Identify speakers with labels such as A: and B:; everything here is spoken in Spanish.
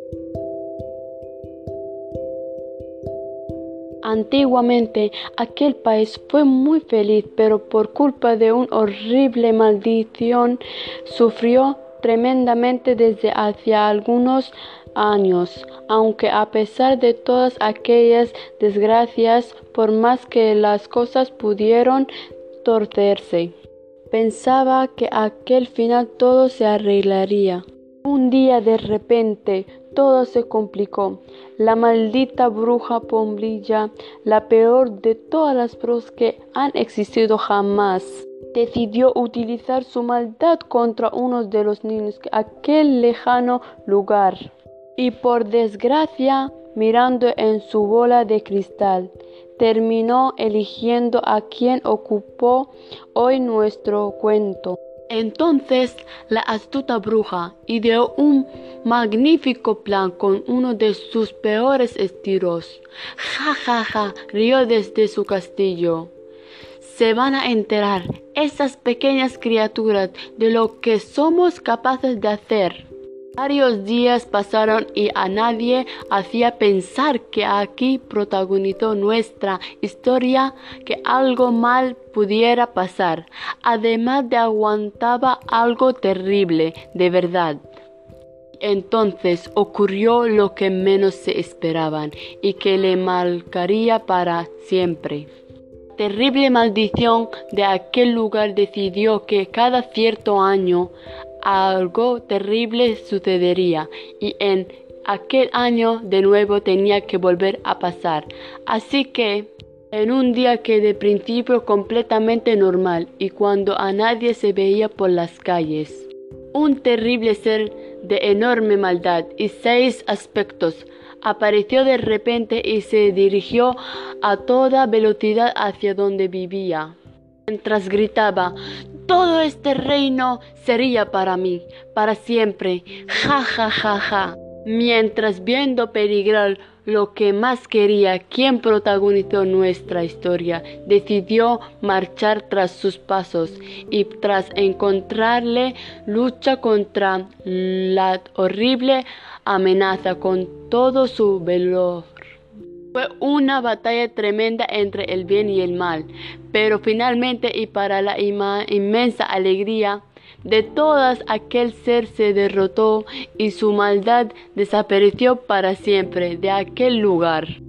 A: Antiguamente, aquel país fue muy feliz, pero por culpa de una horrible maldición sufrió tremendamente desde hacía algunos años. Aunque a pesar de todas aquellas desgracias, por más que las cosas pudieron torcerse, pensaba que al final todo se arreglaría. Un día de repente todo se complicó. La maldita bruja Pombrilla, la peor de todas las brujas que han existido jamás, decidió utilizar su maldad contra uno de los niños de aquel lejano lugar. Y por desgracia, mirando en su bola de cristal, terminó eligiendo a quien ocupó hoy nuestro cuento. Entonces la astuta bruja ideó un magnífico plan con uno de sus peores estilos. Ja, ja, ja, rió desde su castillo. Se van a enterar esas pequeñas criaturas de lo que somos capaces de hacer. Varios días pasaron y a nadie hacía pensar que aquí protagonizó nuestra historia que algo mal pudiera pasar. Además de aguantaba algo terrible, de verdad. Entonces ocurrió lo que menos se esperaban y que le marcaría para siempre. La terrible maldición de aquel lugar decidió que cada cierto año algo terrible sucedería y en aquel año de nuevo tenía que volver a pasar. Así que en un día que de principio completamente normal y cuando a nadie se veía por las calles, un terrible ser de enorme maldad y 6 aspectos apareció de repente y se dirigió a toda velocidad hacia donde vivía, mientras gritaba: «Todo este reino sería para mí, para siempre, ja, ja, ja, ja». Mientras viendo peligrar lo que más quería, quien protagonizó nuestra historia, decidió marchar tras sus pasos y tras encontrarle, lucha contra la horrible amenaza con todo su valor. Fue una batalla tremenda entre el bien y el mal, pero finalmente y para la inmensa alegría de todas, aquel ser se derrotó y su maldad desapareció para siempre de aquel lugar.